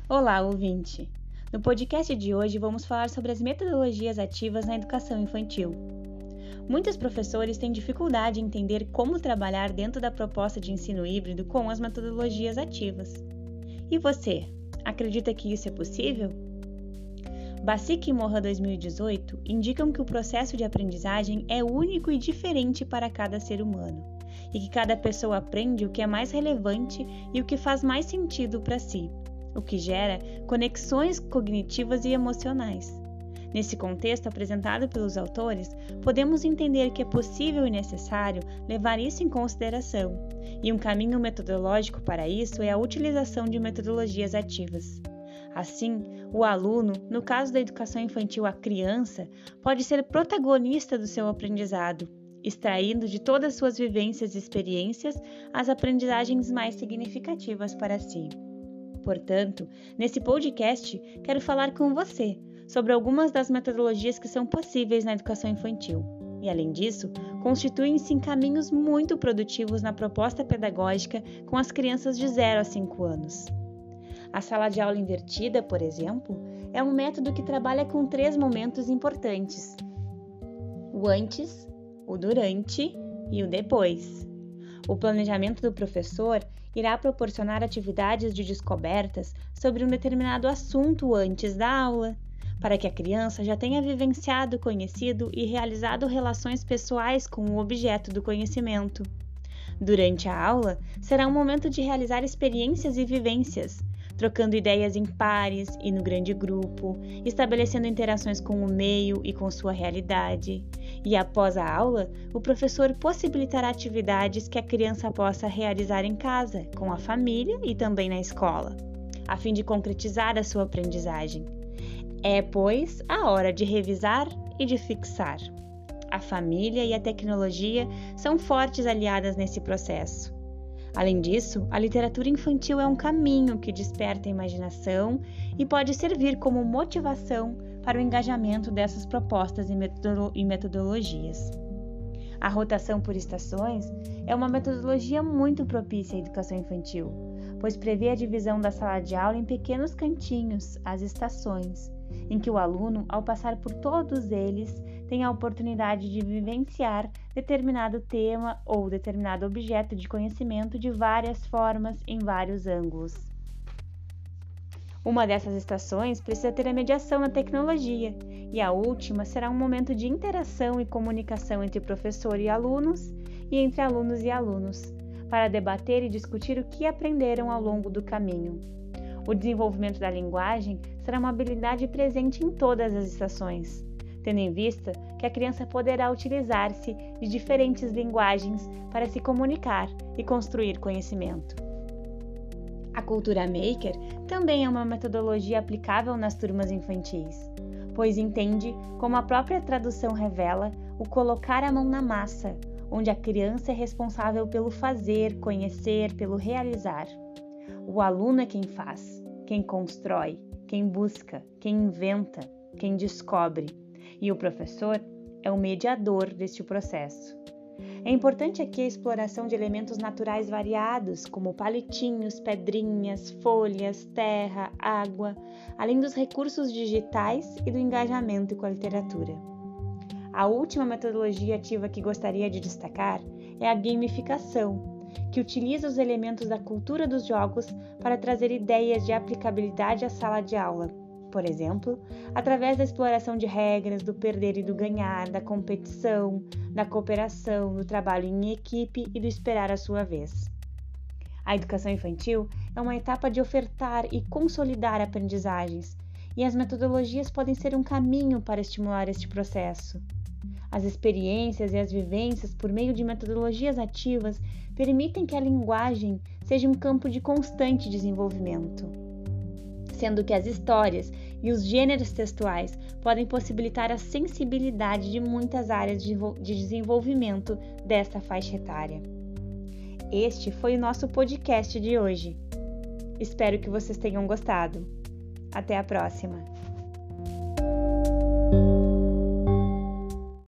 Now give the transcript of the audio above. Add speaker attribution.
Speaker 1: Olá, ouvinte! No podcast de hoje vamos falar sobre as metodologias ativas na educação infantil. Muitos professores têm dificuldade em entender como trabalhar dentro da proposta de ensino híbrido com as metodologias ativas. E você, acredita que isso é possível? Basic e Mohan 2018 indicam que o processo de aprendizagem é único e diferente para cada ser humano, e que cada pessoa aprende o que é mais relevante e o que faz mais sentido para si, o que gera conexões cognitivas e emocionais. Nesse contexto apresentado pelos autores, podemos entender que é possível e necessário levar isso em consideração, e um caminho metodológico para isso é a utilização de metodologias ativas. Assim, o aluno, no caso da educação infantil a criança, pode ser protagonista do seu aprendizado, extraindo de todas suas vivências e experiências as aprendizagens mais significativas para si. Portanto, nesse podcast, quero falar com você sobre algumas das metodologias que são possíveis na educação infantil. E, além disso, constituem-se em caminhos muito produtivos na proposta pedagógica com as crianças de 0 a 5 anos. A sala de aula invertida, por exemplo, é um método que trabalha com 3 momentos importantes: o antes, o durante e o depois. O planejamento do professor irá proporcionar atividades de descobertas sobre um determinado assunto antes da aula, para que a criança já tenha vivenciado, conhecido e realizado relações pessoais com o objeto do conhecimento. Durante a aula, será um momento de realizar experiências e vivências, trocando ideias em pares e no grande grupo, estabelecendo interações com o meio e com sua realidade. E após a aula, o professor possibilitará atividades que a criança possa realizar em casa, com a família e também na escola, a fim de concretizar a sua aprendizagem. É, pois, a hora de revisar e de fixar. A família e a tecnologia são fortes aliadas nesse processo. Além disso, a literatura infantil é um caminho que desperta a imaginação e pode servir como motivação para o engajamento dessas propostas e metodologias. A rotação por estações é uma metodologia muito propícia à educação infantil, pois prevê a divisão da sala de aula em pequenos cantinhos, as estações, em que o aluno, ao passar por todos eles, tem a oportunidade de vivenciar determinado tema ou determinado objeto de conhecimento de várias formas, em vários ângulos. Uma dessas estações precisa ter a mediação na tecnologia, e a última será um momento de interação e comunicação entre professor e alunos, e entre alunos e alunos, para debater e discutir o que aprenderam ao longo do caminho. O desenvolvimento da linguagem será uma habilidade presente em todas as estações, tendo em vista que a criança poderá utilizar-se de diferentes linguagens para se comunicar e construir conhecimento. A cultura maker também é uma metodologia aplicável nas turmas infantis, pois entende, como a própria tradução revela, o colocar a mão na massa, onde a criança é responsável pelo fazer, conhecer, pelo realizar. O aluno é quem faz, quem constrói, quem busca, quem inventa, quem descobre, e o professor é o mediador deste processo. É importante aqui a exploração de elementos naturais variados, como palitinhos, pedrinhas, folhas, terra, água, além dos recursos digitais e do engajamento com a literatura. A última metodologia ativa que gostaria de destacar é a gamificação, que utiliza os elementos da cultura dos jogos para trazer ideias de aplicabilidade à sala de aula. Por exemplo, através da exploração de regras, do perder e do ganhar, da competição, da cooperação, do trabalho em equipe e do esperar a sua vez. A educação infantil é uma etapa de ofertar e consolidar aprendizagens, e as metodologias podem ser um caminho para estimular este processo. As experiências e as vivências por meio de metodologias ativas permitem que a linguagem seja um campo de constante desenvolvimento, sendo que as histórias e os gêneros textuais podem possibilitar a sensibilidade de muitas áreas de desenvolvimento desta faixa etária. Este foi o nosso podcast de hoje. Espero que vocês tenham gostado. Até a próxima!